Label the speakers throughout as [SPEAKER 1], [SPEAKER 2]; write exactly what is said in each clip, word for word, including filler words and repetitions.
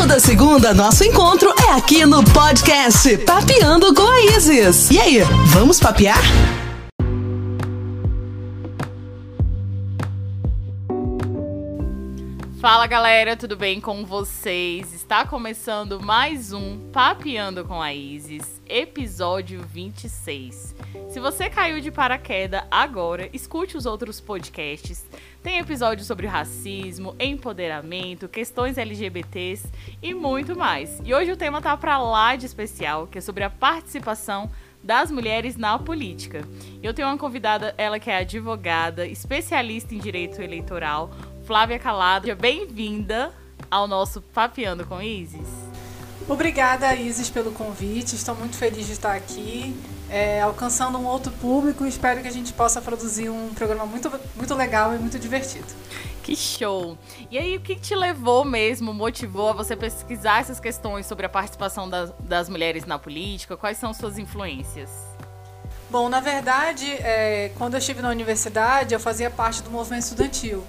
[SPEAKER 1] Toda segunda, nosso encontro é aqui no podcast Papeando com a Isis. E aí, vamos papear?
[SPEAKER 2] Fala galera, tudo bem com vocês? Está começando mais um Papeando com a Isis, episódio vinte e seis. Se você caiu de paraquedas agora, escute os outros podcasts. Tem episódios sobre racismo, empoderamento, questões L G B T s e muito mais. E hoje o tema tá pra lá de especial, que é sobre a participação das mulheres na política. Eu tenho uma convidada, ela que é advogada, especialista em direito eleitoral, Flávia Calado. Bem-vinda ao nosso Papeando com Isis.
[SPEAKER 3] Obrigada, Isis, pelo convite. Estou muito feliz de estar aqui, é, alcançando um outro público. Espero que a gente possa produzir um programa muito, muito legal e muito divertido.
[SPEAKER 2] Que show! E aí, o que te levou mesmo, motivou a você pesquisar essas questões sobre a participação das, das mulheres na política? Quais são suas influências?
[SPEAKER 3] Bom, na verdade, é, quando eu estive na universidade, eu fazia parte do movimento estudantil.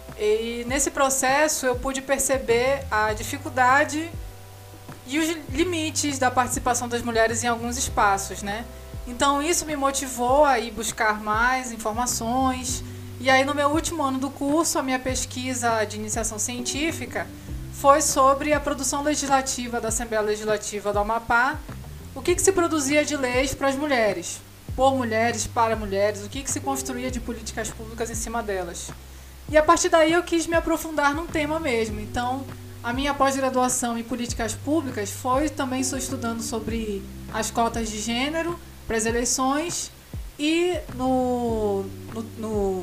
[SPEAKER 3] E nesse processo eu pude perceber a dificuldade e os limites da participação das mulheres em alguns espaços, né? Então isso me motivou a ir buscar mais informações. E aí no meu último ano do curso, a minha pesquisa de iniciação científica foi sobre a produção legislativa da Assembleia Legislativa do Amapá. O que, que se produzia de leis para as mulheres, por mulheres, para mulheres, o que, que se construía de políticas públicas em cima delas. E a partir daí eu quis me aprofundar num tema mesmo. Então, a minha pós-graduação em políticas públicas foi também só estudando sobre as cotas de gênero para as eleições e no, no, no,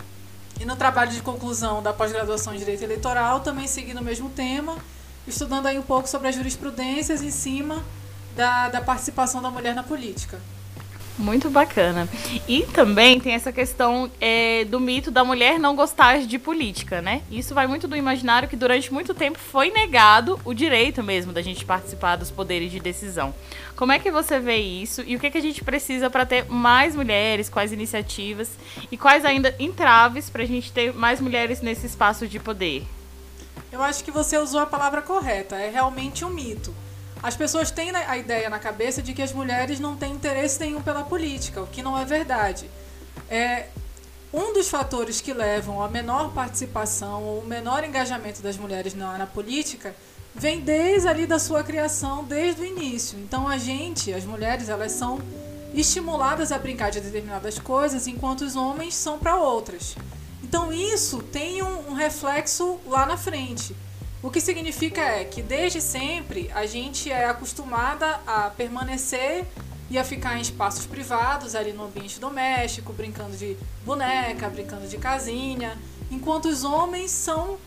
[SPEAKER 3] e no trabalho de conclusão da pós-graduação em direito eleitoral também segui no mesmo tema, estudando aí um pouco sobre as jurisprudências em cima da, da participação da mulher na política.
[SPEAKER 2] Muito bacana. E também tem essa questão é, do mito da mulher não gostar de política, né? Isso vai muito do imaginário que durante muito tempo foi negado o direito mesmo da gente participar dos poderes de decisão. Como é que você vê isso e o que, que a gente precisa para ter mais mulheres, quais iniciativas e quais ainda entraves para a gente ter mais mulheres nesse espaço de poder?
[SPEAKER 3] Eu acho que você usou a palavra correta, é realmente um mito. As pessoas têm a ideia na cabeça de que as mulheres não têm interesse nenhum pela política, o que não é verdade. É, um dos fatores que levam à menor participação ou menor engajamento das mulheres na, na política vem desde ali da sua criação, desde o início. Então a gente, as mulheres, elas são estimuladas a brincar de determinadas coisas, enquanto os homens são para outras. Então isso tem um, um reflexo lá na frente. O que significa é que desde sempre a gente é acostumada a permanecer e a ficar em espaços privados, ali no ambiente doméstico, brincando de boneca, brincando de casinha, enquanto os homens são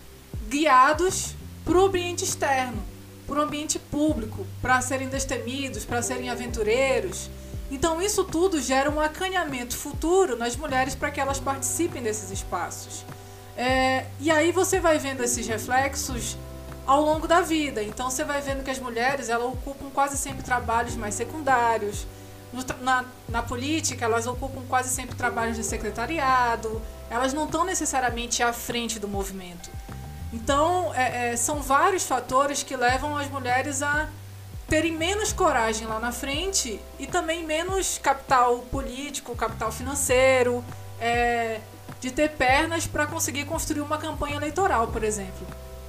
[SPEAKER 3] guiados para o ambiente externo, para o ambiente público, para serem destemidos, para serem aventureiros. Então isso tudo gera um acanhamento futuro nas mulheres para que elas participem desses espaços. É, e aí você vai vendo esses reflexos ao longo da vida. Então você vai vendo que as mulheres elas ocupam quase sempre trabalhos mais secundários. No, na, na política, elas ocupam quase sempre trabalhos de secretariado. Elas não estão necessariamente à frente do movimento. Então é, é, são vários fatores que levam as mulheres a terem menos coragem lá na frente e também menos capital político, capital financeiro, é, de ter pernas para conseguir construir uma campanha eleitoral, por exemplo.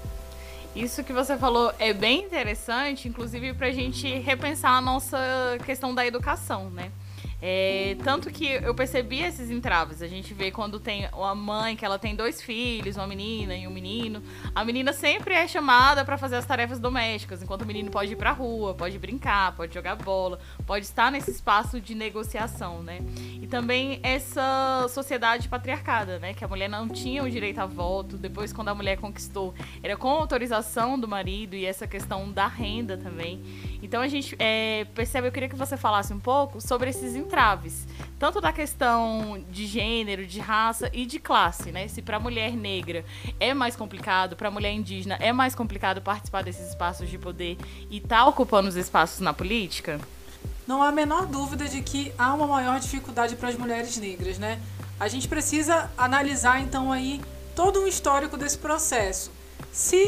[SPEAKER 2] Isso que você falou é bem interessante, inclusive para a gente repensar a nossa questão da educação, né? É, tanto que eu percebi esses entraves. A gente vê quando tem uma mãe que ela tem dois filhos, uma menina e um menino. A menina sempre é chamada para fazer as tarefas domésticas, enquanto o menino pode ir pra rua, pode brincar, pode jogar bola, pode estar nesse espaço de negociação, né? E também essa sociedade patriarcada, né? Que a mulher não tinha o direito a voto. Depois, quando a mulher conquistou, era com autorização do marido e essa questão da renda também. Então a gente é, percebe, eu queria que você falasse um pouco sobre esses entraves, tanto da questão de gênero, de raça e de classe, né? Se para a mulher negra é mais complicado, para a mulher indígena é mais complicado participar desses espaços de poder e estar tá ocupando os espaços na política?
[SPEAKER 3] Não há a menor dúvida de que há uma maior dificuldade para as mulheres negras, né? A gente precisa analisar então aí todo um histórico desse processo. Se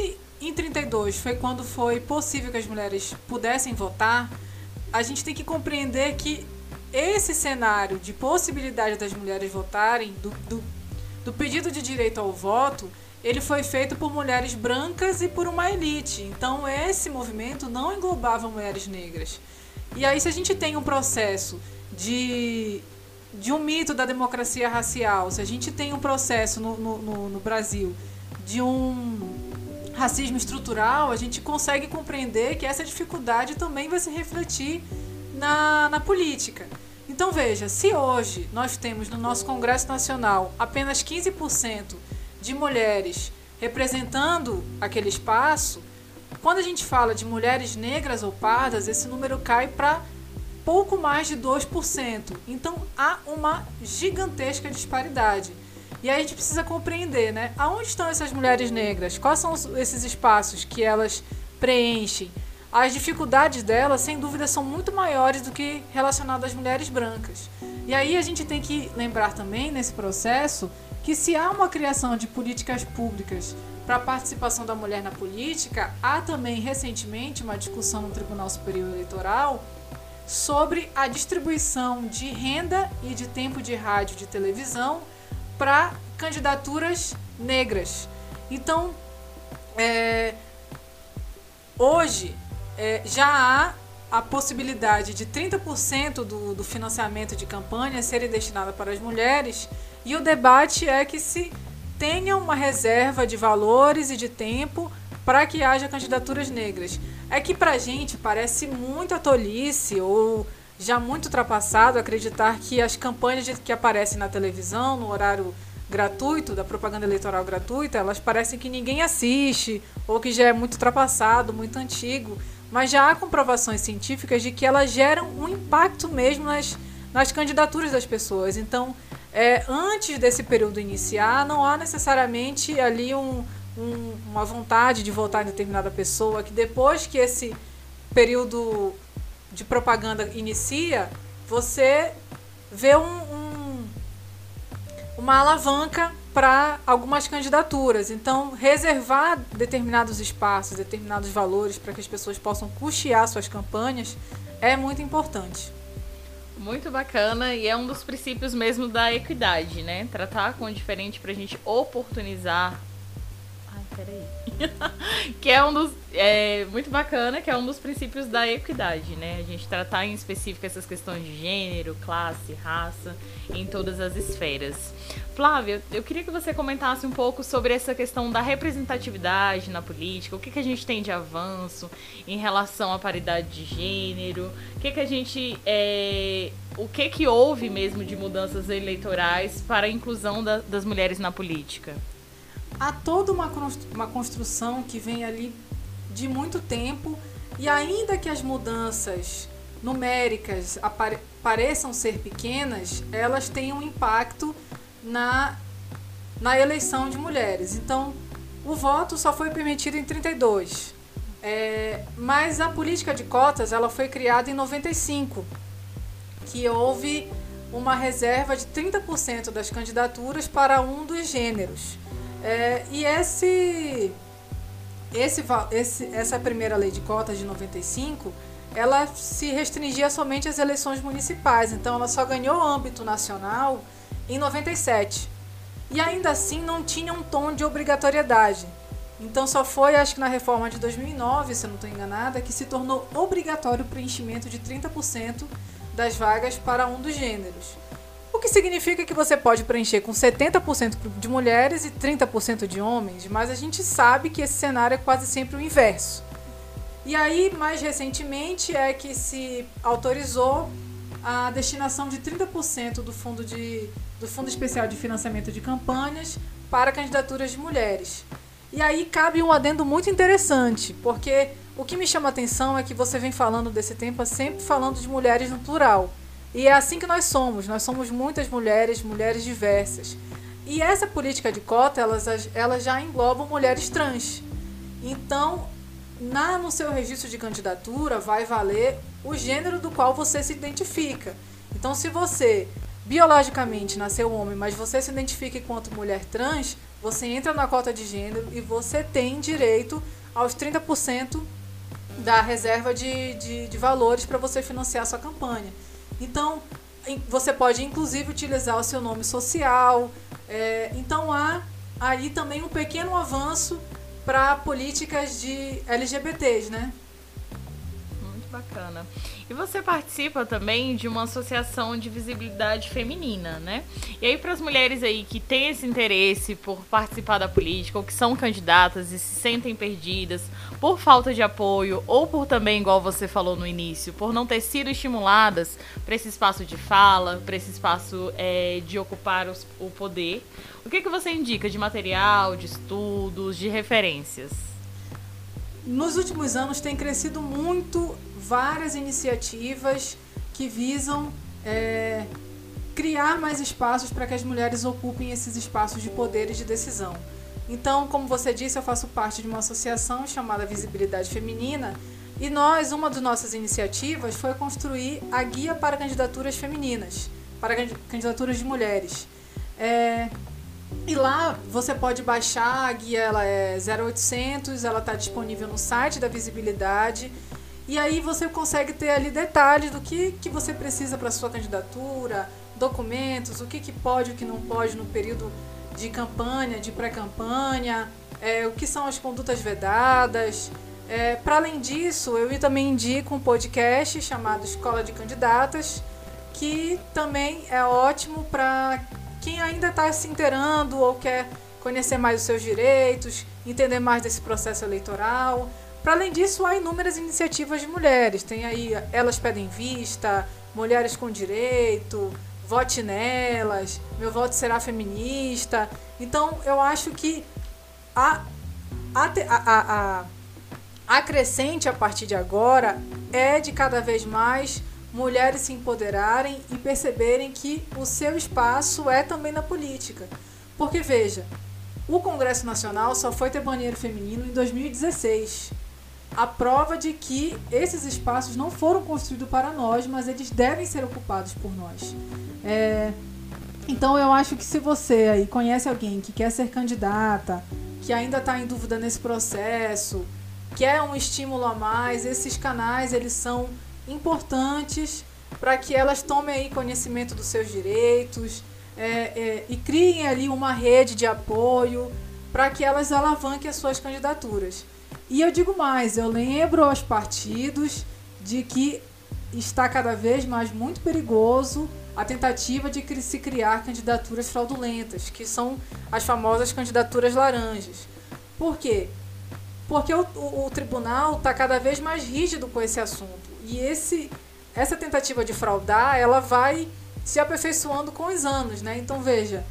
[SPEAKER 3] em trinta e dois foi quando foi possível que as mulheres pudessem votar, a gente tem que compreender que esse cenário de possibilidade das mulheres votarem, do, do, do pedido de direito ao voto, ele foi feito por mulheres brancas e por uma elite. Então, esse movimento não englobava mulheres negras. E aí, se a gente tem um processo de, de um mito da democracia racial, se a gente tem um processo no, no, no, no Brasil de um racismo estrutural, a gente consegue compreender que essa dificuldade também vai se refletir na, na política. Então, veja, se hoje nós temos no nosso Congresso Nacional apenas quinze por cento de mulheres representando aquele espaço, quando a gente fala de mulheres negras ou pardas, esse número cai para pouco mais de dois por cento. Então, há uma gigantesca disparidade. E aí a gente precisa compreender, né? Aonde estão essas mulheres negras? Quais são esses espaços que elas preenchem? As dificuldades delas, sem dúvida, são muito maiores do que relacionadas às mulheres brancas. E aí a gente tem que lembrar também, nesse processo, que se há uma criação de políticas públicas para a participação da mulher na política, há também, recentemente, uma discussão no Tribunal Superior Eleitoral sobre a distribuição de renda e de tempo de rádio e de televisão para candidaturas negras. Então, é, hoje, é, já há a possibilidade de trinta por cento do, do financiamento de campanha serem destinado para as mulheres, e o debate é que se tenha uma reserva de valores e de tempo para que haja candidaturas negras. É que para a gente parece muito a tolice ou já muito ultrapassado acreditar que as campanhas que aparecem na televisão, no horário gratuito, da propaganda eleitoral gratuita, elas parecem que ninguém assiste ou que já é muito ultrapassado, muito antigo, mas já há comprovações científicas de que elas geram um impacto mesmo nas, nas candidaturas das pessoas. Então, é, antes desse período iniciar, não há necessariamente ali um, um, uma vontade de votar em determinada pessoa, que depois que esse período de propaganda inicia, você vê um, um, uma alavanca para algumas candidaturas. Então, reservar determinados espaços, determinados valores para que as pessoas possam custear suas campanhas é muito importante.
[SPEAKER 2] Muito bacana, e é um dos princípios mesmo da equidade, né? Tratar com o diferente pra gente oportunizar. Ai, peraí. que é um dos. É muito bacana, que é um dos princípios da equidade, né? A gente tratar em específico essas questões de gênero, classe, raça, em todas as esferas. Flávia, eu queria que você comentasse um pouco sobre essa questão da representatividade na política, o que, que a gente tem de avanço em relação à paridade de gênero, o que, que a gente. É, o que, que houve mesmo de mudanças eleitorais para a inclusão da, das mulheres na política?
[SPEAKER 3] Há toda uma, uma construção que vem ali de muito tempo, e ainda que as mudanças numéricas apare, pareçam ser pequenas, elas têm um impacto na, na eleição de mulheres. Então, o voto só foi permitido em trinta e dois, é, mas a política de cotas ela foi criada em noventa e cinco, que houve uma reserva de trinta por cento das candidaturas para um dos gêneros. É, e esse, esse, esse, essa primeira lei de cotas de noventa e cinco, ela se restringia somente às eleições municipais, então ela só ganhou âmbito nacional em noventa e sete. E ainda assim não tinha um tom de obrigatoriedade. Então só foi, acho que na reforma de dois mil e nove, se eu não estou enganada, que se tornou obrigatório o preenchimento de trinta por cento das vagas para um dos gêneros. O que significa que você pode preencher com setenta por cento de mulheres e trinta por cento de homens, mas a gente sabe que esse cenário é quase sempre o inverso. E aí, mais recentemente, é que se autorizou a destinação de trinta por cento do fundo, de, do fundo Especial de Financiamento de Campanhas para candidaturas de mulheres. E aí cabe um adendo muito interessante, porque o que me chama a atenção é que você vem falando desse tema sempre falando de mulheres no plural. E é assim que nós somos, nós somos muitas mulheres, mulheres diversas. E essa política de cota, elas, elas já englobam mulheres trans. Então, na, no seu registro de candidatura, vai valer o gênero do qual você se identifica. Então, se você, biologicamente, nasceu homem, mas você se identifica enquanto mulher trans, você entra na cota de gênero e você tem direito aos trinta por cento da reserva de, de, de valores para você financiar a sua campanha. Então, você pode inclusive utilizar o seu nome social. É, então há aí também um pequeno avanço para políticas de L G B T s, né?
[SPEAKER 2] Muito bacana. E você participa também de uma associação de visibilidade feminina, né? E aí, para as mulheres aí que têm esse interesse por participar da política, ou que são candidatas e se sentem perdidas por falta de apoio, ou por também, igual você falou no início, por não ter sido estimuladas para esse espaço de fala, para esse espaço é, de ocupar os, o poder, o que, que você indica de material, de estudos, de referências?
[SPEAKER 3] Nos últimos anos tem crescido muito várias iniciativas que visam é, criar mais espaços para que as mulheres ocupem esses espaços de poder e de decisão. Então, como você disse, eu faço parte de uma associação chamada Visibilidade Feminina, e nós, uma das nossas iniciativas foi construir a Guia para Candidaturas Femininas, para candidaturas de mulheres. É, e lá você pode baixar a guia, ela é zero oitocentos, ela está disponível no site da Visibilidade, e aí você consegue ter ali detalhes do que, que você precisa para a sua candidatura, documentos, o que, que pode e o que não pode no período de campanha, de pré-campanha, é, o que são as condutas vedadas. É, para além disso, eu também indico um podcast chamado Escola de Candidatas, que também é ótimo para quem ainda está se inteirando ou quer conhecer mais os seus direitos, entender mais desse processo eleitoral. Para além disso, há inúmeras iniciativas de mulheres. Tem aí Elas Pedem Vista, Mulheres com Direito, Vote Nelas, Meu Voto Será Feminista. Então, eu acho que a, a, a, a, a crescente a partir de agora é de cada vez mais mulheres se empoderarem e perceberem que o seu espaço é também na política. Porque, veja, o Congresso Nacional só foi ter banheiro feminino em dois mil e dezesseis. A prova de que esses espaços não foram construídos para nós, mas eles devem ser ocupados por nós. É, então eu acho que se você aí conhece alguém que quer ser candidata, que ainda está em dúvida nesse processo, quer um estímulo a mais, esses canais eles são importantes para que elas tomem aí conhecimento dos seus direitos é, é, e criem ali uma rede de apoio para que elas alavanquem as suas candidaturas. E eu digo mais, eu lembro aos partidos de que está cada vez mais muito perigoso a tentativa de se criar candidaturas fraudulentas, que são as famosas candidaturas laranjas. Por quê? Porque o, o, o tribunal está cada vez mais rígido com esse assunto. E esse, essa tentativa de fraudar, ela vai se aperfeiçoando com os anos, né? Então, veja,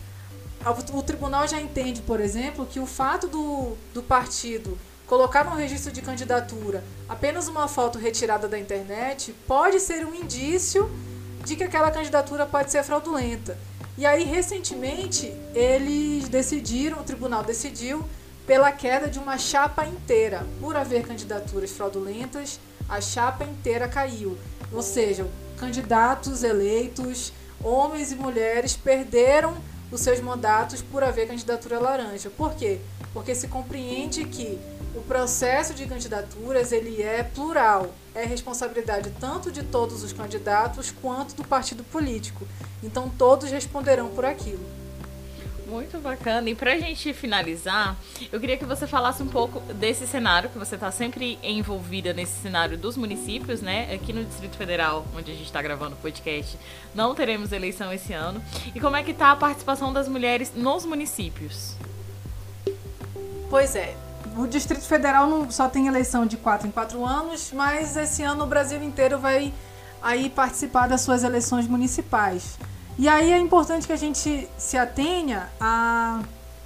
[SPEAKER 3] o, o tribunal já entende, por exemplo, que o fato do, do partido colocar no registro de candidatura apenas uma foto retirada da internet pode ser um indício de que aquela candidatura pode ser fraudulenta. E aí, recentemente, eles decidiram, o tribunal decidiu, pela queda de uma chapa inteira. Por haver candidaturas fraudulentas, a chapa inteira caiu. Ou seja, candidatos eleitos, homens e mulheres, perderam os seus mandatos por haver candidatura laranja. Por quê? Porque se compreende que o processo de candidaturas ele é plural, é responsabilidade tanto de todos os candidatos quanto do partido político. Então todos responderão por aquilo.
[SPEAKER 2] Muito bacana. E pra gente finalizar, eu queria que você falasse um pouco desse cenário, que você está sempre envolvida nesse cenário dos municípios, né? Aqui no Distrito Federal, onde a gente está gravando o podcast, não teremos eleição esse ano. E como é que está a participação das mulheres nos municípios?
[SPEAKER 3] Pois é. O Distrito Federal não só tem eleição de quatro em quatro anos, mas esse ano o Brasil inteiro vai aí participar das suas eleições municipais. E aí é importante que a gente se atenha a,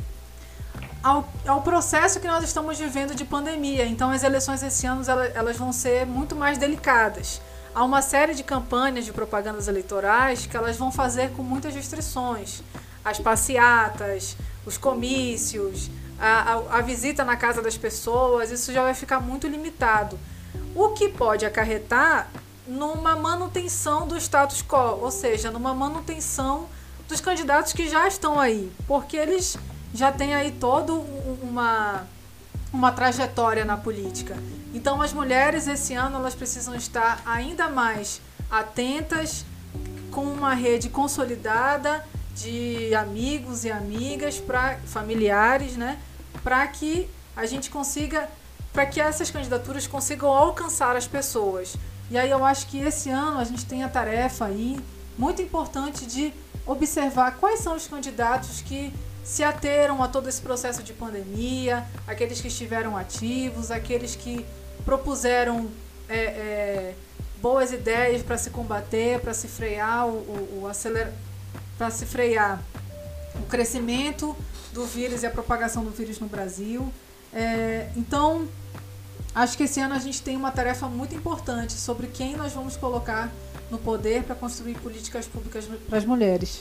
[SPEAKER 3] ao, ao processo que nós estamos vivendo de pandemia. Então as eleições esse ano elas, elas vão ser muito mais delicadas. Há uma série de campanhas de propagandas eleitorais que elas vão fazer com muitas restrições. As passeatas, os comícios, A, a, a visita na casa das pessoas, isso já vai ficar muito limitado. O que pode acarretar numa manutenção do status quo, ou seja, numa manutenção dos candidatos que já estão aí, porque eles já têm aí todo uma, uma trajetória na política. Então as mulheres esse ano elas precisam estar ainda mais atentas, com uma rede consolidada de amigos e amigas, pra, familiares, né, para que a gente consiga, para que essas candidaturas consigam alcançar as pessoas. E aí eu acho que esse ano a gente tem a tarefa aí muito importante de observar quais são os candidatos que se ateram a todo esse processo de pandemia, aqueles que estiveram ativos, aqueles que propuseram é, é, boas ideias para se combater, para se frear o, o, o acelerar, para se frear o crescimento do vírus e a propagação do vírus no Brasil. É, então, acho que esse ano a gente tem uma tarefa muito importante sobre quem nós vamos colocar no poder para construir políticas públicas para as mulheres.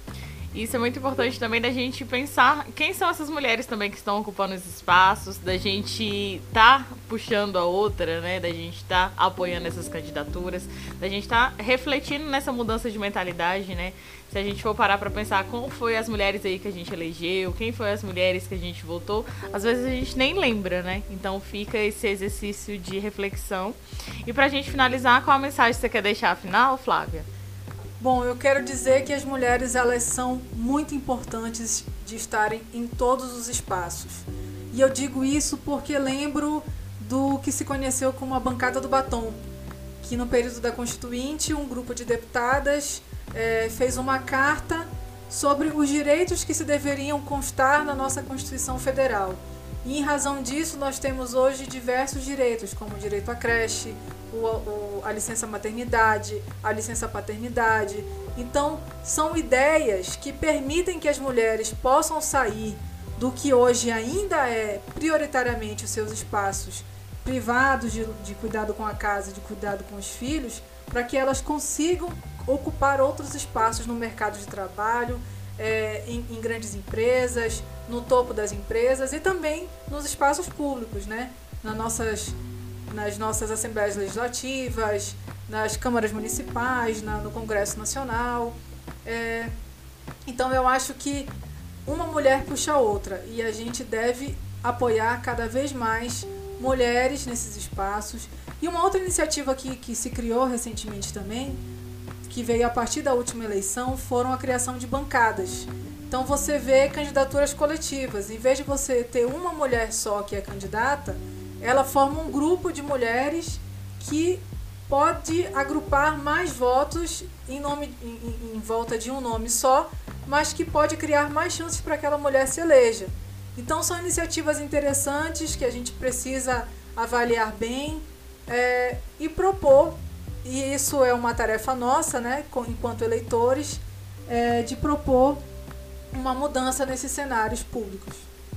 [SPEAKER 2] Isso é muito importante também da gente pensar quem são essas mulheres também que estão ocupando esses espaços, da gente tá puxando a outra, né, da gente tá apoiando essas candidaturas, da gente tá refletindo nessa mudança de mentalidade, né? Se a gente for parar para pensar como foi as mulheres aí que a gente elegeu, quem foi as mulheres que a gente votou, às vezes a gente nem lembra, né? Então fica esse exercício de reflexão. E pra gente finalizar, qual a mensagem que você quer deixar afinal, Flávia?
[SPEAKER 3] Bom, eu quero dizer que as mulheres elas são muito importantes de estarem em todos os espaços. E eu digo isso porque lembro do que se conheceu como a bancada do batom, que no período da Constituinte um grupo de deputadas é, fez uma carta sobre os direitos que se deveriam constar na nossa Constituição Federal. E em razão disso nós temos hoje diversos direitos, como o direito à creche, O, o, a licença maternidade, a licença paternidade. Então, são ideias que permitem que as mulheres possam sair do que hoje ainda é prioritariamente os seus espaços privados de, de cuidado com a casa, de cuidado com os filhos, para que elas consigam ocupar outros espaços no mercado de trabalho, é, em, em grandes empresas, no topo das empresas e também nos espaços públicos, né? Nas nossas nas nossas assembleias legislativas, nas câmaras municipais, na, no Congresso Nacional. É, então eu acho que uma mulher puxa a outra e a gente deve apoiar cada vez mais mulheres nesses espaços. E uma outra iniciativa que, que se criou recentemente também, que veio a partir da última eleição, foram a criação de bancadas. Então você vê candidaturas coletivas. Em vez de você ter uma mulher só que é candidata, ela forma um grupo de mulheres que pode agrupar mais votos em, nome, em, em volta de um nome só, mas que pode criar mais chances para que aquela mulher se eleja. Então são iniciativas interessantes que a gente precisa avaliar bem é, e propor, e isso é uma tarefa nossa, né, enquanto eleitores, é, de propor uma mudança nesses cenários públicos.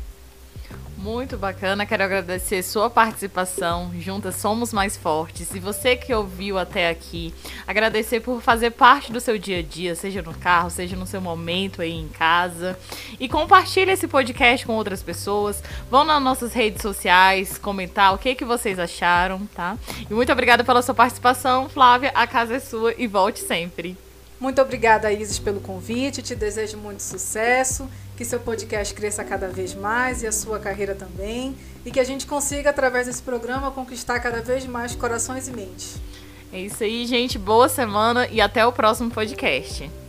[SPEAKER 2] Muito bacana, quero agradecer sua participação, juntas somos mais fortes, e você que ouviu até aqui, agradecer por fazer parte do seu dia a dia, seja no carro, seja no seu momento aí em casa, e compartilhe esse podcast com outras pessoas, vão nas nossas redes sociais, comentar o que, que vocês acharam, tá? E muito obrigada pela sua participação, Flávia, a casa é sua e volte sempre.
[SPEAKER 3] Muito obrigada, Isis, pelo convite, te desejo muito sucesso, que seu podcast cresça cada vez mais e a sua carreira também, e que a gente consiga, através desse programa, conquistar cada vez mais corações e mentes.
[SPEAKER 2] É isso aí, gente. Boa semana e até o próximo podcast.